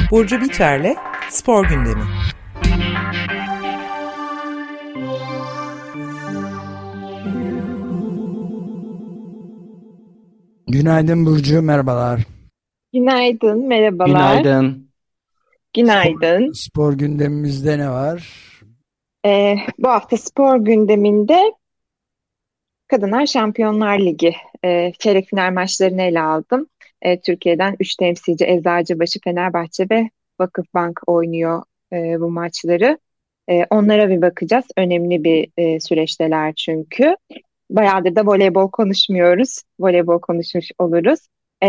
Burcu Biterle Spor Gündemi. Günaydın Burcu, merhabalar. Günaydın, merhabalar. Günaydın. Spor, Günaydın. spor gündemimizde ne var? Bu hafta spor gündeminde Kadınlar Şampiyonlar Ligi çeyrek final maçlarını ele aldım. Türkiye'den 3 temsilci Eczacıbaşı, Fenerbahçe ve Vakıfbank oynuyor bu maçları. Onlara bir bakacağız. Önemli bir süreçteler çünkü. Bayağıdır da voleybol konuşmuyoruz. Voleybol konuşmuş oluruz.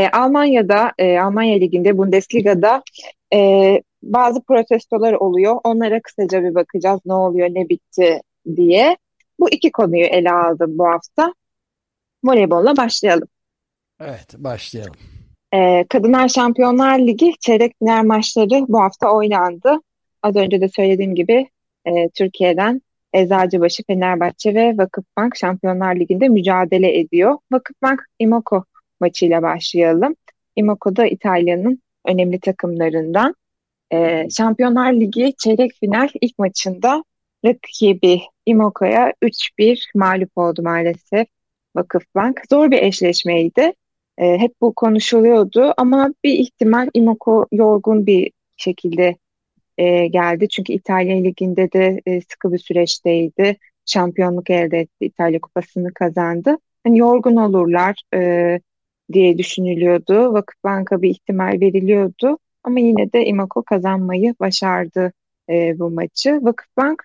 Almanya Ligi'nde, Bundesliga'da bazı protestolar oluyor. Onlara kısaca bir bakacağız. Ne oluyor, ne bitti diye. Bu iki konuyu ele aldım bu hafta. Voleybolla başlayalım. Evet, başlayalım. Kadınlar Şampiyonlar Ligi çeyrek final maçları bu hafta oynandı. Az önce de söylediğim gibi Türkiye'den Eczacıbaşı, Fenerbahçe ve Vakıfbank Şampiyonlar Ligi'nde mücadele ediyor. Vakıfbank Imoko maçıyla başlayalım. Imoko da İtalya'nın önemli takımlarından. Şampiyonlar Ligi çeyrek final ilk maçında rakibi Imoko'ya 3-1 mağlup oldu maalesef Vakıfbank. Zor bir eşleşmeydi. Hep bu konuşuluyordu ama bir ihtimal Imoko yorgun bir şekilde geldi. Çünkü İtalya Ligi'nde de sıkı bir süreçteydi. Şampiyonluk elde etti. İtalya Kupası'nı kazandı. Hani yorgun olurlar diye düşünülüyordu. Vakıfbank'a bir ihtimal veriliyordu. Ama yine de Imoko kazanmayı başardı bu maçı. Vakıfbank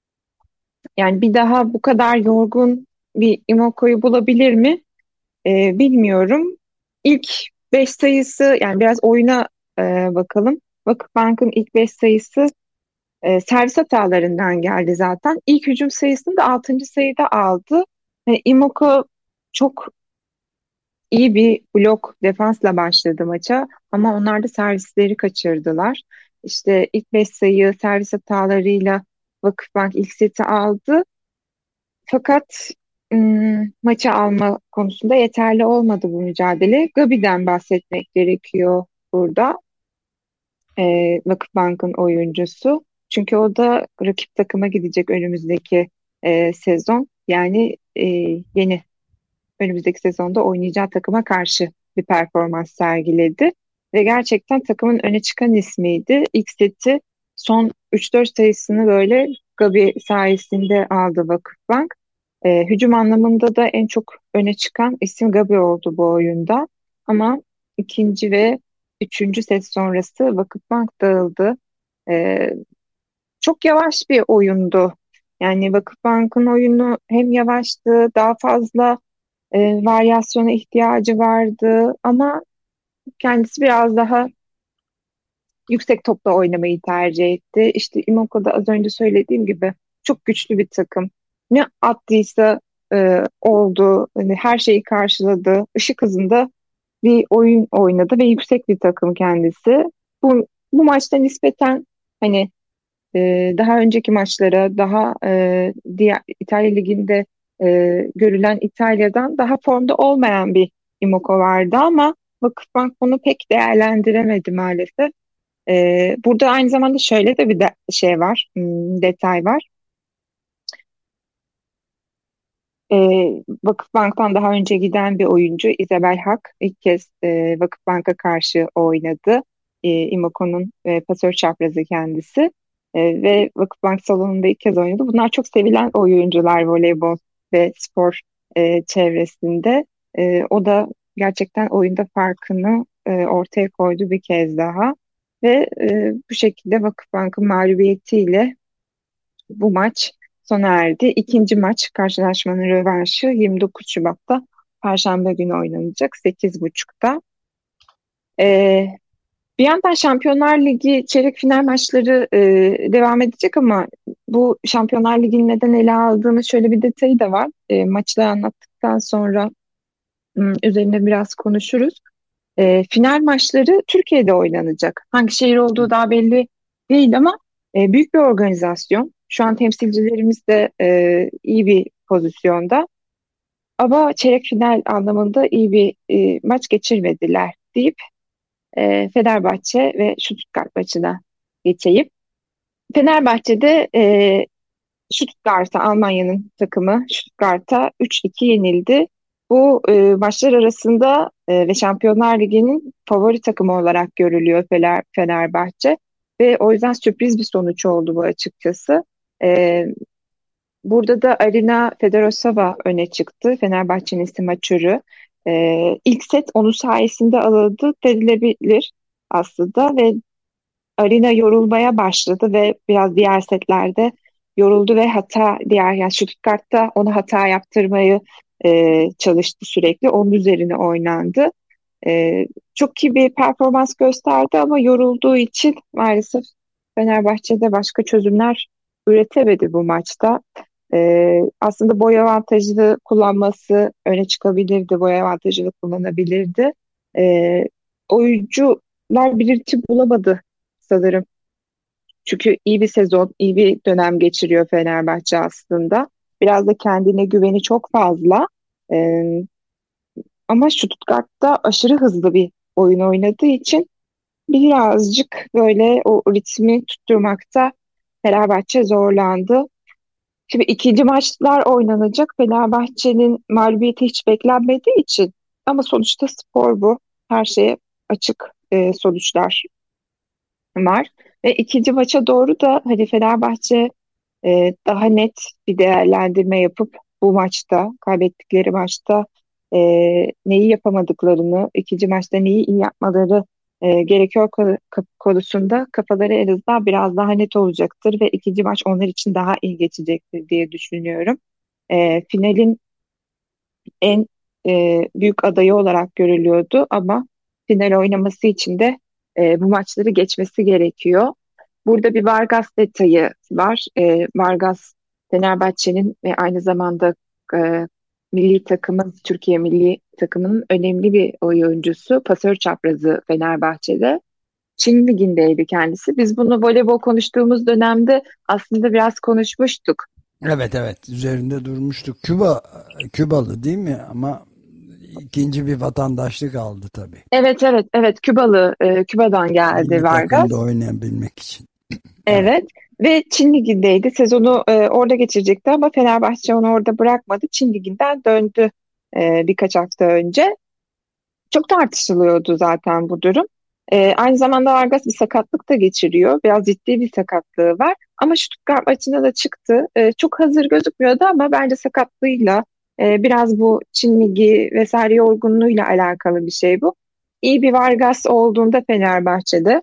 yani bir daha bu kadar yorgun bir Imoko'yu bulabilir mi? Bilmiyorum. İlk 5 sayısı yani biraz oyuna bakalım. Vakıfbank'ın ilk 5 sayısı servis hatalarından geldi zaten. İlk hücum sayısını da 6. sayıda aldı. Imoko çok iyi bir blok defansla başladı maça ama onlar da servisleri kaçırdılar. İşte ilk 5 sayı servis hatalarıyla Vakıfbank ilk seti aldı. Fakat maçı alma konusunda yeterli olmadı bu mücadele. Gabi'den bahsetmek gerekiyor burada. Vakıfbank'ın oyuncusu. Çünkü o da rakip takıma gidecek önümüzdeki sezon. Yani yeni önümüzdeki sezonda oynayacağı takıma karşı bir performans sergiledi. Ve gerçekten takımın öne çıkan ismiydi. İlk seti son 3-4 sayısını böyle Gabi sayesinde aldı Vakıfbank. Hücum anlamında da en çok öne çıkan isim Gabi oldu bu oyunda. Ama ikinci ve üçüncü set sonrası Vakıfbank dağıldı. Ee, Çok yavaş bir oyundu. Yani Vakıfbank'ın oyunu hem yavaştı, daha fazla varyasyona ihtiyacı vardı ama kendisi biraz daha yüksek topla oynamayı tercih etti. İşte Imoko'da az önce söylediğim gibi çok güçlü bir takım. Ne attıysa oldu. Hani her şeyi karşıladı. Işık hızında bir oyun oynadı ve yüksek bir takım kendisi. Bu maçta nispeten hani daha önceki maçlara, daha diğer İtalya Ligi'nde görülen İtalya'dan daha formda olmayan bir Imoko vardı ama Vakıfbank bunu pek değerlendiremedi maalesef. Burada aynı zamanda şöyle de bir şey var, detay var. Vakıfbank'tan daha önce giden bir oyuncu Isabel Hak ilk kez Vakıfbank'a karşı oynadı. Imoko'nun pasör çaprazı kendisi. Ve Vakıfbank salonunda ilk kez oynadı. Bunlar çok sevilen oyuncular voleybol ve spor çevresinde. O da gerçekten oyunda farkını ortaya koydu bir kez daha. Ve bu şekilde Vakıfbank'ın mağlubiyetiyle bu maç sona erdi. İkinci maç karşılaşmanın rövanşı 29 Şubat'ta Perşembe günü oynanacak 8.30'da. Ee, Bir yandan Şampiyonlar Ligi çeyrek final maçları devam edecek ama bu Şampiyonlar Ligi'nin neden ele aldığını şöyle bir detayı da var. Maçları anlattıktan sonra üzerine biraz konuşuruz. Final maçları Türkiye'de oynanacak. Hangi şehir olduğu daha belli değil ama büyük bir organizasyon. Şu an temsilcilerimiz de iyi bir pozisyonda. Ama çeyrek final anlamında iyi bir maç geçirmediler deyip Fenerbahçe ve Stuttgart maçına geçeyim. Fenerbahçe'de Stuttgart'a, Almanya'nın takımı Stuttgart'a 3-2 yenildi. Bu maçlar arasında ve Şampiyonlar Ligi'nin favori takımı olarak görülüyor Fenerbahçe ve o yüzden sürpriz bir sonuç oldu bu açıkçası. E, Burada da Arina Fedorosova öne çıktı. Fenerbahçe'nin smaçörü. İlk set onun sayesinde alındı denilebilir aslında ve Arina yorulmaya başladı ve biraz diğer setlerde yoruldu ve yani Stuttgart'ta ona hata yaptırmayı çalıştı sürekli. Onun üzerine oynandı. Çok iyi bir performans gösterdi ama yorulduğu için maalesef Fenerbahçe'de başka çözümler üretemedi bu maçta. Aslında boy avantajını kullanması öne çıkabilirdi. Boy avantajını kullanabilirdi. Oyuncular bir ritim bulamadı sanırım. Çünkü iyi bir sezon, iyi bir dönem geçiriyor Fenerbahçe aslında. Biraz da kendine güveni çok fazla. Ee, Ama Stuttgart'ta aşırı hızlı bir oyun oynadığı için birazcık böyle o ritmi tutturmakta Fenerbahçe zorlandı. Şimdi ikinci maçlar oynanacak. Fenerbahçe'nin mağlubiyeti hiç beklenmediği için ama sonuçta spor bu. Her şeye açık sonuçlar var. Ve ikinci maça doğru da hani Fenerbahçe daha net bir değerlendirme yapıp bu maçta, kaybettikleri maçta e, neyi yapamadıklarını, ikinci maçta neyi iyi yapmaları gerekiyor konusunda kafaları en azından biraz daha net olacaktır ve ikinci maç onlar için daha iyi geçecektir diye düşünüyorum. Finalin en büyük adayı olarak görülüyordu ama final oynaması için de bu maçları geçmesi gerekiyor. Burada bir Vargas detayı var. Vargas Fenerbahçe'nin ve aynı zamanda e, milli takımın, Türkiye milli takımının önemli bir oyuncusu. Pasör çaprazı Fenerbahçe'de. Çin Ligi'ndeydi kendisi. Biz bunu voleybol konuştuğumuz dönemde aslında biraz konuşmuştuk. Evet, evet, üzerinde durmuştuk. Kübalı değil mi? Ama ikinci bir vatandaşlık aldı tabii. Evet, evet, evet. Küba'dan geldi Milli takımda Vargas. oynayabilmek için. Evet. Evet. Ve Çin Ligi'ndeydi. Sezonu orada geçirecekti ama Fenerbahçe onu orada bırakmadı. Çin Ligi'nden döndü birkaç hafta önce. Çok tartışılıyordu zaten bu durum. Aynı zamanda Vargas bir sakatlık da geçiriyor. Biraz ciddi bir sakatlığı var. Ama Stuttgart maçına da çıktı. Çok hazır gözükmüyordu ama bence sakatlığıyla biraz bu Çin Ligi vesaire yorgunluğuyla alakalı bir şey bu. İyi bir Vargas olduğunda Fenerbahçe'de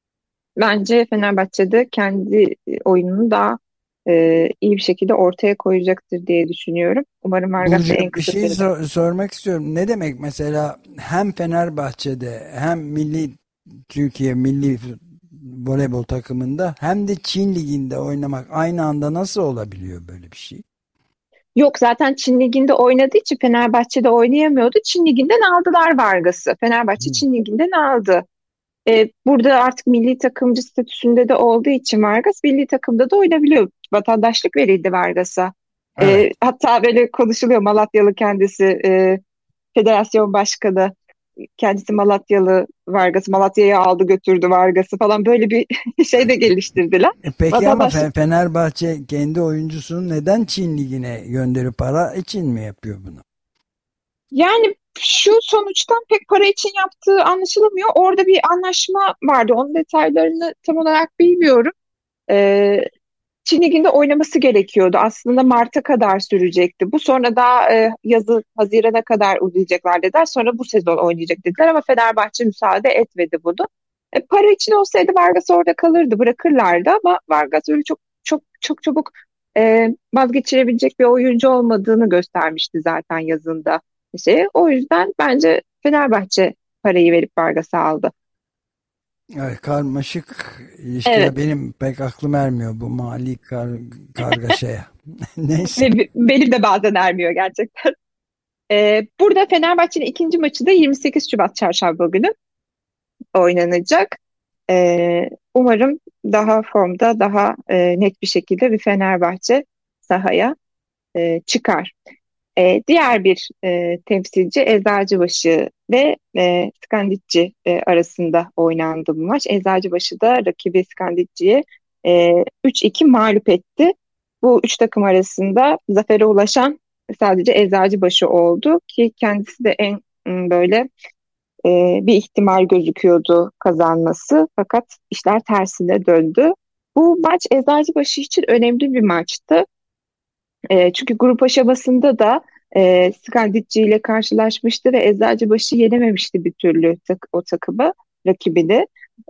bence Fenerbahçe'de kendi oyununu daha iyi bir şekilde ortaya koyacaktır diye düşünüyorum. Umarım Vargas da Burcu, en bir kısa şey sürede. sormak istiyorum. Ne demek mesela hem Fenerbahçe'de hem Türkiye milli voleybol takımında hem de Çin liginde oynamak aynı anda nasıl olabiliyor böyle bir şey? Yok, zaten Çin Ligi'nde oynadığı için Fenerbahçe'de oynayamıyordu. Çin Ligi'nden aldılar Vargas'ı. Fenerbahçe Hı. Çin Ligi'nden aldı. Burada artık milli takımcı statüsünde de olduğu için Vargas milli takımda da oynayabiliyor. Vatandaşlık verildi Vargas'a. Evet. Hatta böyle konuşuluyor, Malatyalı kendisi, federasyon başkanı. Kendisi Malatyalı, Vargas'ı Malatya'ya aldı götürdü Vargas'ı falan, böyle bir şey de geliştirdiler. Peki ama Vatandaşlık. Fenerbahçe kendi oyuncusunu neden Çin ligine gönderip para için mi yapıyor bunu? Yani şu sonuçtan pek para için yaptığı anlaşılamıyor. Orada bir anlaşma vardı. Onun detaylarını tam olarak bilmiyorum. Ee, Çin Ligi'nde oynaması gerekiyordu. Aslında Mart'a kadar sürecekti. Bu sonra da yazı Haziran'a kadar uzayacaklar dediler. Sonra bu sezon oynayacak dediler ama Fenerbahçe müsaade etmedi bunu. Para için olsaydı Vargas orada kalırdı, bırakırlardı ama Vargas öyle çok çok çok çabuk vazgeçirebilecek bir oyuncu olmadığını göstermişti zaten yazında. O yüzden bence Fenerbahçe parayı verip Vargas'ı aldı. Evet, karmaşık ilişkiler Evet. benim pek aklım ermiyor bu mali kargaşaya. Neyse. Ve benim de bazen ermiyor gerçekten. Burada Fenerbahçe'nin ikinci maçı da 28 Şubat Çarşamba günü oynanacak. Umarım daha formda, daha net bir şekilde bir Fenerbahçe sahaya çıkar. Diğer bir temsilci Eczacıbaşı ve Skanditçi arasında oynandı bu maç. Eczacıbaşı da rakibi Skanditçi'ye 3-2 mağlup etti. Bu üç takım arasında zafere ulaşan sadece Eczacıbaşı oldu ki kendisi de en böyle bir ihtimal gözüküyordu kazanması. Fakat işler tersine döndü. Bu maç Eczacıbaşı için önemli bir maçtı. Çünkü grup aşamasında da Skanditçi ile karşılaşmıştı ve Eczacıbaşı yenememişti bir türlü o takımı, rakibini.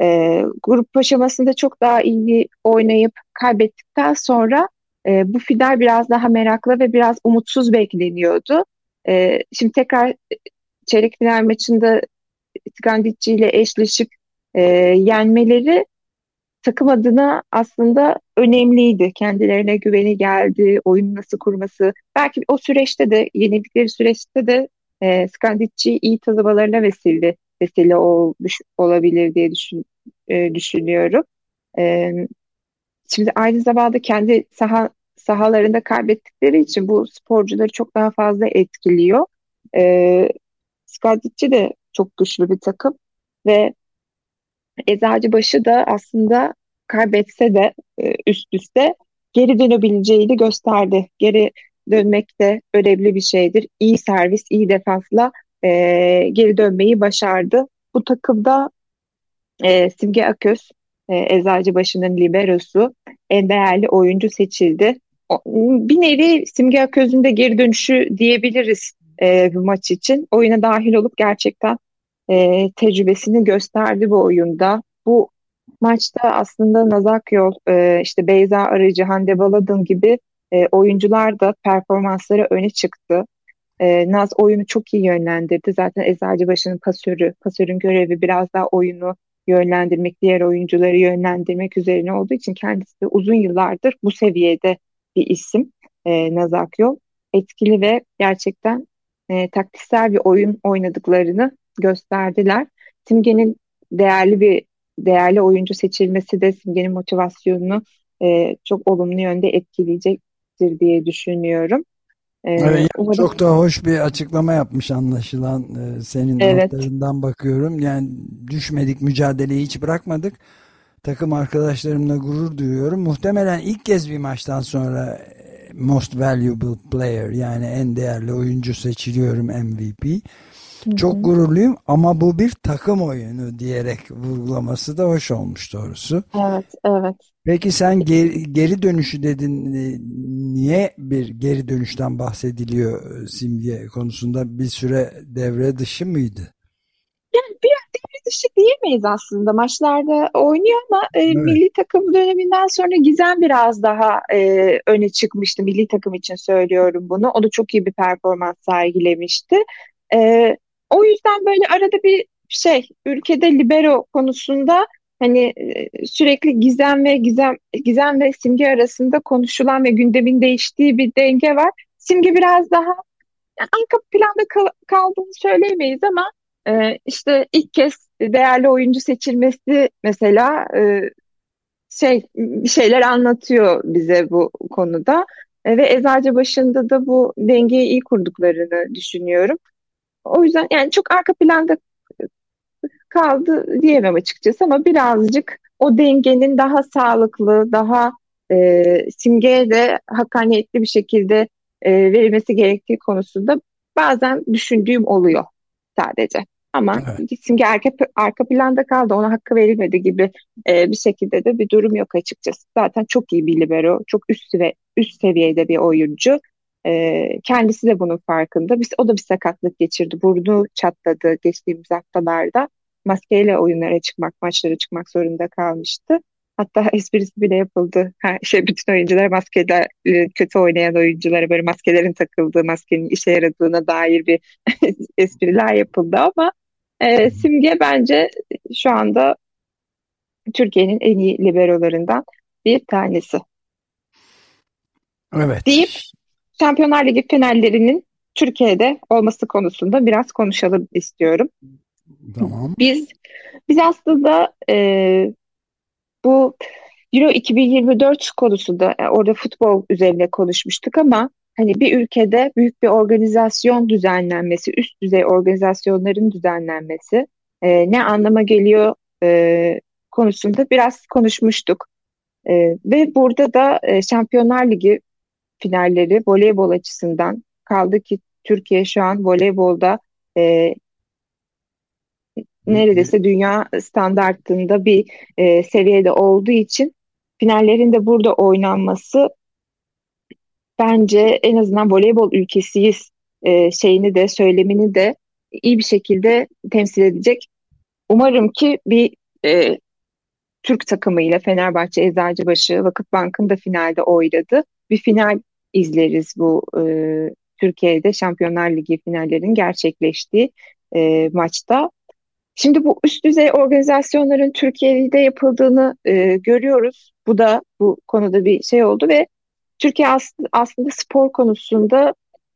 Grup aşamasında çok daha iyi oynayıp kaybettikten sonra bu final biraz daha meraklı ve biraz umutsuz bekleniyordu. Şimdi tekrar çeyrek final maçında Skanditçi ile eşleşip e, yenmeleri takım adına aslında önemliydi. Kendilerine güveni geldi, oyunu nasıl kurması. Belki o süreçte de, yenildikleri süreçte de Skandic'i iyi tanımalarına vesile olabilir diye düşünüyorum. E, Şimdi aynı zamanda kendi sahalarında kaybettikleri için bu sporcuları çok daha fazla etkiliyor. E, Skandic'i de çok güçlü bir takım ve Eczacıbaşı da aslında kaybetse de üst üste geri dönebileceğini gösterdi. Geri dönmek de önemli bir şeydir. İyi servis, iyi defansla geri dönmeyi başardı. Bu takımda Simge Aköz, Eczacıbaşı'nın liberosu, en değerli oyuncu seçildi. Bir nevi Simge Aköz'ün de geri dönüşü diyebiliriz bu maç için. Oyuna dahil olup gerçekten tecrübesini gösterdi bu oyunda. Bu maçta aslında Naz Akyol, işte Beyza Arıcı, Hande Baladın gibi oyuncular da performansları öne çıktı. Naz oyunu çok iyi yönlendirdi. Zaten Eczacıbaşı'nın pasörü. Pasörün görevi biraz daha oyunu yönlendirmek, diğer oyuncuları yönlendirmek üzerine olduğu için kendisi de uzun yıllardır bu seviyede bir isim. Naz Akyol. Etkili ve gerçekten taktiksel bir oyun oynadıklarını gösterdiler. Simge'nin değerli oyuncu seçilmesi de Simge'nin motivasyonunu çok olumlu yönde etkileyecektir diye düşünüyorum. Evet, yani Umarım. çok da hoş bir açıklama yapmış anlaşılan, senin Evet. notlarından bakıyorum. Yani düşmedik, mücadeleyi hiç bırakmadık. Takım arkadaşlarımla gurur duyuyorum. Muhtemelen ilk kez bir maçtan sonra Most Valuable Player, yani en değerli oyuncu seçiliyorum, MVP. Hı Çok hı. gururluyum ama bu bir takım oyunu diyerek vurgulaması da hoş olmuş doğrusu. Evet, evet. Peki sen geri dönüşü dedin. Niye bir geri dönüşten bahsediliyor Simge konusunda? Bir süre devre dışı mıydı? Yani biraz devre dışı diyemeyiz aslında. Maçlarda oynuyor ama Evet. milli takım döneminden sonra Gizem biraz daha öne çıkmıştı. Milli takım için söylüyorum bunu. O da çok iyi bir performans sergilemişti. E, O yüzden böyle arada bir ülkede libero konusunda hani sürekli Gizem ve Simge arasında konuşulan ve gündemin değiştiği bir denge var. Simge biraz daha yani arka planda kaldığını söyleyemeyiz ama işte ilk kez değerli oyuncu seçilmesi mesela bir şeyler anlatıyor bize bu konuda. Ve Eczacıbaşı'nda da bu dengeyi iyi kurduklarını düşünüyorum. O yüzden yani çok arka planda kaldı diyemem açıkçası ama birazcık o dengenin daha sağlıklı, daha simgeye de hakkaniyetli bir şekilde verilmesi gerektiği konusunda bazen düşündüğüm oluyor sadece. Ama Evet. simge arka planda kaldı, ona hakkı verilmedi gibi bir şekilde de bir durum yok açıkçası. Zaten çok iyi bir libero, çok üst seviyede bir oyuncu. Kendisi de bunun farkında. O da bir sakatlık geçirdi. Burnu çatladı geçtiğimiz haftalarda maskeyle maçlara çıkmak zorunda kalmıştı. Hatta esprisi bile yapıldı. Bütün oyuncular maskeyle kötü oynayan oyunculara böyle maskelerin takıldığı, maskenin işe yaradığına dair bir espriler yapıldı ama Simge bence şu anda Türkiye'nin en iyi liberolarından bir tanesi. Deyip Evet. Şampiyonlar Ligi finallerinin Türkiye'de olması konusunda biraz konuşalım istiyorum. Tamam. Biz biz aslında bu Euro 2024 konusunda orada futbol üzerine konuşmuştuk ama hani bir ülkede büyük bir organizasyon düzenlenmesi, üst düzey organizasyonların düzenlenmesi ne anlama geliyor konusunda biraz konuşmuştuk. Ve burada da Şampiyonlar Ligi finalleri voleybol açısından kaldı ki Türkiye şu an voleybolda e, neredeyse dünya standartında bir seviyede olduğu için finallerin de burada oynanması bence en azından voleybol ülkesiyiz şeyini de söylemini de iyi bir şekilde temsil edecek. Umarım ki bir Türk takımıyla Fenerbahçe, Eczacıbaşı, Vakıfbank'ın da finalde oynadı. Bir final izleriz bu Türkiye'de Şampiyonlar Ligi finallerinin gerçekleştiği maçta. Şimdi bu üst düzey organizasyonların Türkiye'de yapıldığını görüyoruz. Bu da bu konuda bir şey oldu ve Türkiye aslında spor konusunda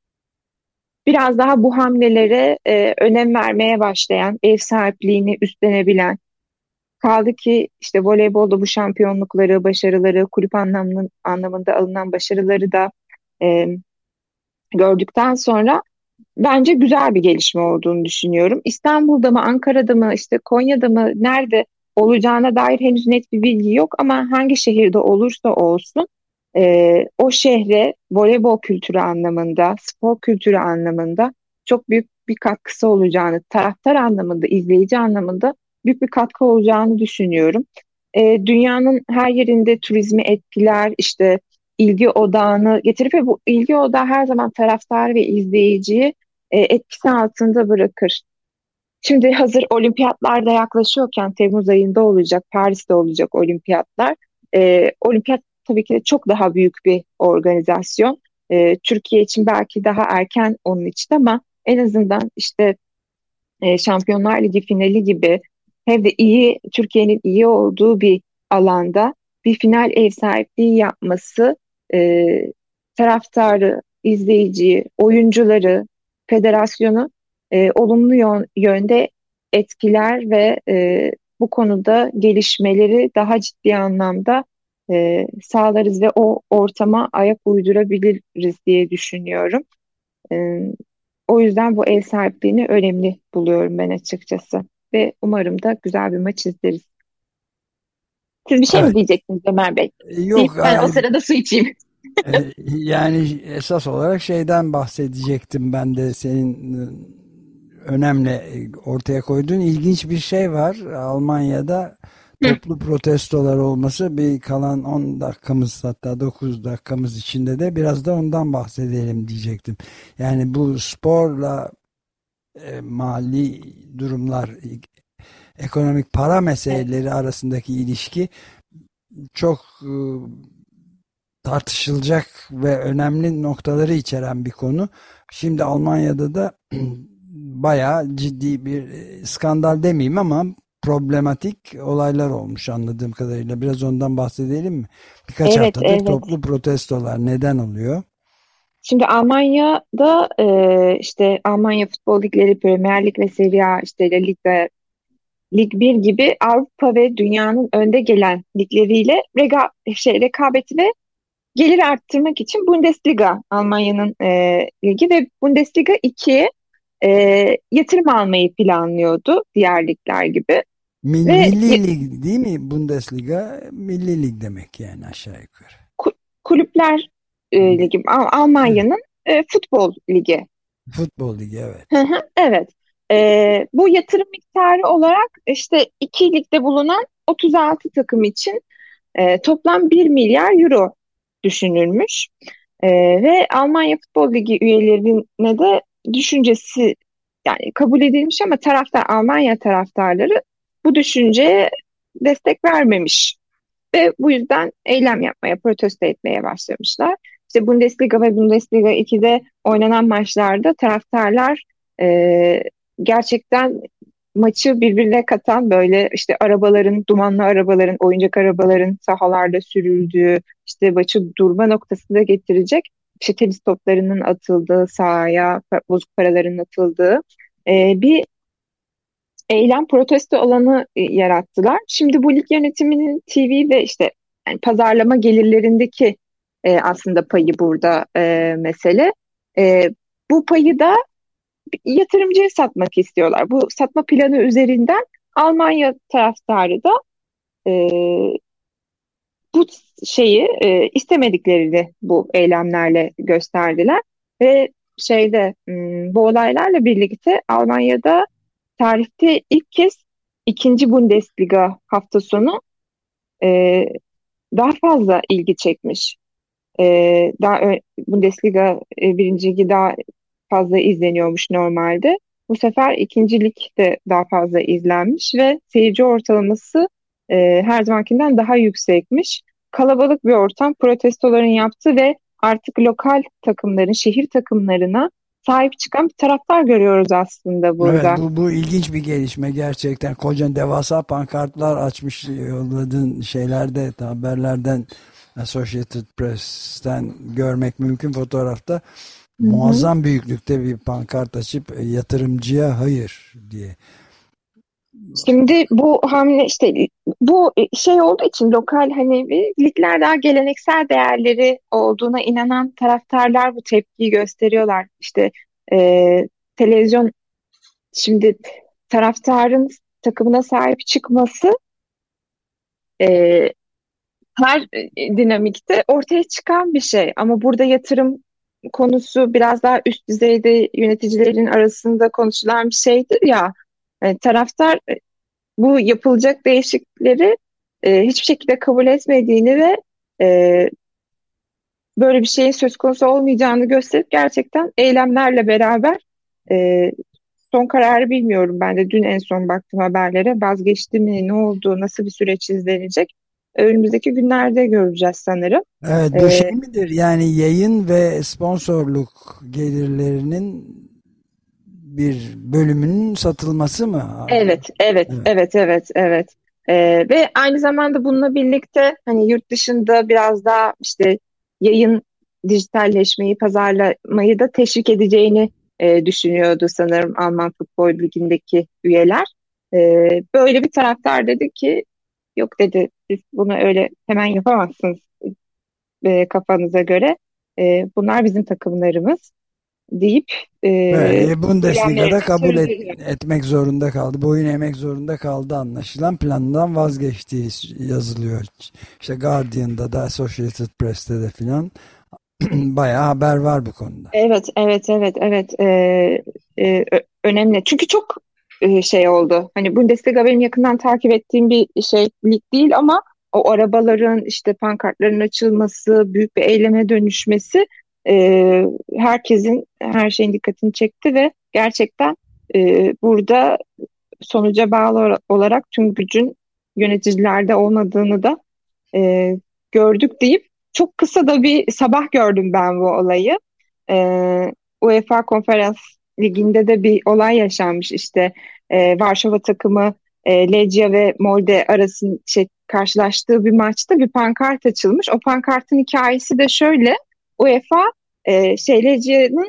biraz daha bu hamlelere önem vermeye başlayan, ev sahipliğini üstlenebilen, kaldı ki işte voleybolda bu şampiyonlukları, başarıları, kulüp anlamında alınan başarıları da e, gördükten sonra bence güzel bir gelişme olduğunu düşünüyorum. İstanbul'da mı, Ankara'da mı, işte Konya'da mı, nerede olacağına dair henüz net bir bilgi yok ama hangi şehirde olursa olsun o şehre voleybol kültürü anlamında, spor kültürü anlamında çok büyük bir katkısı olacağını, taraftar anlamında, izleyici anlamında büyük bir katkı olacağını düşünüyorum. Dünyanın her yerinde turizmi etkiler, işte ilgi odağını getirir ve bu ilgi odağı her zaman taraftar ve izleyiciyi etkisi altında bırakır. Şimdi hazır olimpiyatlar da yaklaşıyorken Temmuz ayında olacak, Paris'te olacak olimpiyatlar. Olimpiyat tabii ki de çok daha büyük bir organizasyon. Türkiye için belki daha erken onun için ama en azından işte Şampiyonlar Ligi finali gibi hem de Türkiye'nin iyi olduğu bir alanda bir final ev sahipliği yapması e, taraftarı, izleyiciyi, oyuncuları, federasyonu olumlu yönde etkiler ve bu konuda gelişmeleri daha ciddi anlamda sağlarız ve o ortama ayak uydurabiliriz diye düşünüyorum. E, O yüzden bu ev sahipliğini önemli buluyorum ben açıkçası. Ve umarım da güzel bir maç izleriz. Siz bir şey mi Evet. diyecektiniz Ömer Bey? Deyip Yok, ben o sırada su içeyim. yani esas olarak şeyden bahsedecektim ben de senin önemli ortaya koyduğun ilginç bir şey var. Almanya'da Hı, toplu protestolar olması, bir kalan 10 dakikamız hatta 9 dakikamız içinde de biraz da ondan bahsedelim diyecektim. Yani bu sporla mali durumlar, ekonomik para evet, meseleleri arasındaki ilişki çok tartışılacak ve önemli noktaları içeren bir konu. Şimdi Almanya'da da bayağı ciddi bir skandal demeyeyim ama problematik olaylar olmuş anladığım kadarıyla. Biraz ondan bahsedelim mi? Birkaç evet, haftadır evet. toplu protestolar neden oluyor? Şimdi Almanya'da işte Almanya Futbol Ligleri, Premier Lig ve Serie A, işte La Liga, Lig 1 gibi Avrupa ve dünyanın önde gelen ligleriyle rekabeti ve gelir arttırmak için Bundesliga Almanya'nın ligi ve Bundesliga 2'ye yatırım almayı planlıyordu diğer ligler gibi. Ve Milli lig değil mi? Bundesliga milli lig demek yani aşağı yukarı. kulüpler ligi Evet. Almanya'nın futbol ligi. Futbol ligi, evet. Hı hı, evet. Bu yatırım miktarı olarak işte iki ligde bulunan 36 takım için toplam 1 milyar euro düşünülmüş. Ve Almanya Futbol Ligi üyelerine de düşüncesi yani kabul edilmiş ama Almanya taraftarları bu düşünceye destek vermemiş ve bu yüzden eylem yapmaya, protesto etmeye başlamışlar. İşte Bundesliga ve Bundesliga 2'de oynanan maçlarda taraftarlar e, gerçekten maçı birbirine katan böyle işte dumanlı arabaların, oyuncak arabaların sahalarda sürüldüğü, işte maçı durma noktasında getirecek işte tenis toplarının atıldığı sahaya, bozuk paraların atıldığı bir eylem protesto alanı yarattılar. Şimdi bu lig yönetiminin TV ve işte yani pazarlama gelirlerindeki aslında payı burada mesele. Bu payı da yatırımcıya satmak istiyorlar. Bu satma planı üzerinden Almanya taraftarı da e, bu şeyi istemediklerini bu eylemlerle gösterdiler ve bu olaylarla birlikte Almanya'da tarihte ilk kez ikinci Bundesliga hafta sonu e, daha fazla ilgi çekmiş. Bundesliga birinci ligi daha fazla izleniyormuş normalde. Bu sefer ikincilik de daha fazla izlenmiş ve seyirci ortalaması her zamankinden daha yüksekmiş. Kalabalık bir ortam, protestoların yaptığı ve artık lokal takımların, şehir takımlarına sahip çıkan bir taraftar görüyoruz aslında Evet, burada. bu ilginç bir gelişme gerçekten. Koca devasa pankartlar açmış, yolladığın şeylerde, haberlerden, Associated Press'ten görmek mümkün fotoğrafta. Hı hı. Muazzam büyüklükte bir pankart açıp yatırımcıya hayır diye. Şimdi bu hamle işte bu şey olduğu için lokal hani ligler daha geleneksel değerleri olduğuna inanan taraftarlar bu tepkiyi gösteriyorlar. İşte televizyon şimdi taraftarın takımına sahip çıkması e, her dinamikte ortaya çıkan bir şey. Ama burada yatırım konusu biraz daha üst düzeyde yöneticilerin arasında konuşulan bir şeydir ya. Taraftar bu yapılacak değişiklikleri hiçbir şekilde kabul etmediğini ve e, böyle bir şeyin söz konusu olmayacağını gösterip gerçekten eylemlerle beraber e, son kararı bilmiyorum. Ben de dün en son baktım haberlere. Vazgeçti mi, ne oldu, nasıl bir süreç izlenecek? Önümüzdeki günlerde göreceğiz sanırım. Evet, bu E, şey midir? Yani yayın ve sponsorluk gelirlerinin bir bölümünün satılması mı? evet, evet, Evet. evet, evet, evet. Ve aynı zamanda bununla birlikte hani yurt dışında biraz daha işte yayın dijitalleşmeyi, pazarlamayı da teşvik edeceğini düşünüyordu sanırım Alman Futbol Ligi'ndeki üyeler. Böyle bir taraftar dedi ki yok dedi siz bunu öyle hemen yapamazsınız kafanıza göre. Bunlar bizim takımlarımız deyip Evet, Bundesliga'da eylemlerini kabul sürdürüyor. etmek zorunda kaldı. Boyun eğmek zorunda kaldı anlaşılan. Planından vazgeçtiği yazılıyor. İşte Guardian'da da Associated Press'te de filan bayağı haber var bu konuda. Evet, evet, evet, evet. Önemli. Çünkü çok şey oldu. Hani Bundesliga benim yakından takip ettiğim bir şey lig değil ama o arabaların işte pankartların açılması, büyük bir eyleme dönüşmesi herkesin her şeyin dikkatini çekti ve gerçekten burada sonuca bağlı olarak tüm gücün yöneticilerde olmadığını da e, gördük deyip çok kısa da bir sabah gördüm ben bu olayı. UEFA Konferans Ligi'nde de bir olay yaşanmış işte Varşova takımı Legia ve Molde arasında karşılaştığı bir maçta bir pankart açılmış. O pankartın hikayesi de şöyle: UEFA Legia'nın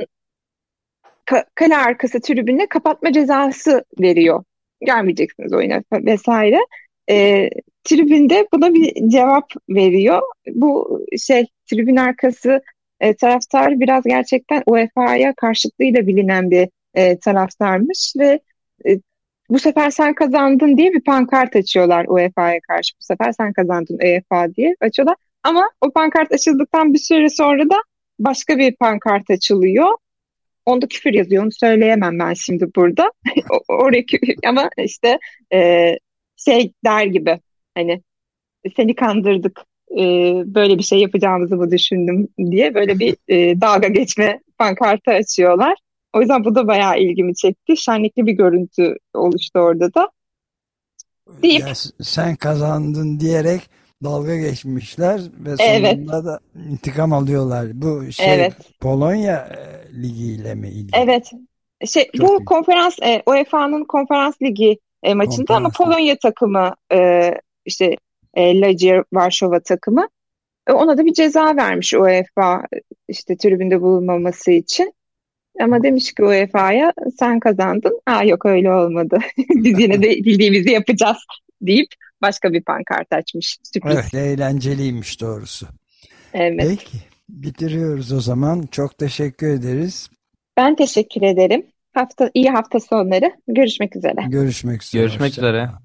kale arkası tribününe kapatma cezası veriyor. Gelmeyeceksiniz oyuna vesaire. Tribünde buna bir cevap veriyor. Bu tribün arkası taraftar biraz gerçekten UEFA'ya karşıtlığıyla bilinen bir taraftarmış ve e, bu sefer sen kazandın diye bir pankart açıyorlar UEFA'ya karşı. Bu sefer sen kazandın UEFA diye açıyorlar. Ama o pankart açıldıktan bir süre sonra da başka bir pankart açılıyor. Onda küfür yazıyor. Onu söyleyemem ben şimdi burada. Oraya ama işte e, der gibi hani seni kandırdık. e, Böyle bir şey yapacağımızı mı düşündüm diye böyle bir dalga geçme pankartı açıyorlar. O yüzden bu da bayağı ilgimi çekti. Şenlikli bir görüntü oluştu orada da. Deyip Ya sen kazandın diyerek dalga geçmişler ve evet, sonunda da intikam alıyorlar. Bu şey evet, Polonya Ligi ile mi ilgili? evet. Çok Bu iyi. konferans UEFA'nın konferans ligi maçında ama Konferans Ligi. Polonya takımı işte Legia Varşova takımı ona da bir ceza vermiş UEFA işte tribünde bulunmaması için. Ama demiş ki UEFA'ya sen kazandın. Aa yok öyle olmadı. Biz yine de bildiğimizi yapacağız deyip başka bir pankart açmış. Sürpriz. Evet, eğlenceliymiş doğrusu. Evet. Peki, bitiriyoruz o zaman. Çok teşekkür ederiz. Ben teşekkür ederim. İyi hafta sonları. Görüşmek üzere. Görüşmek üzere. Görüşmek Hoşça kal. üzere.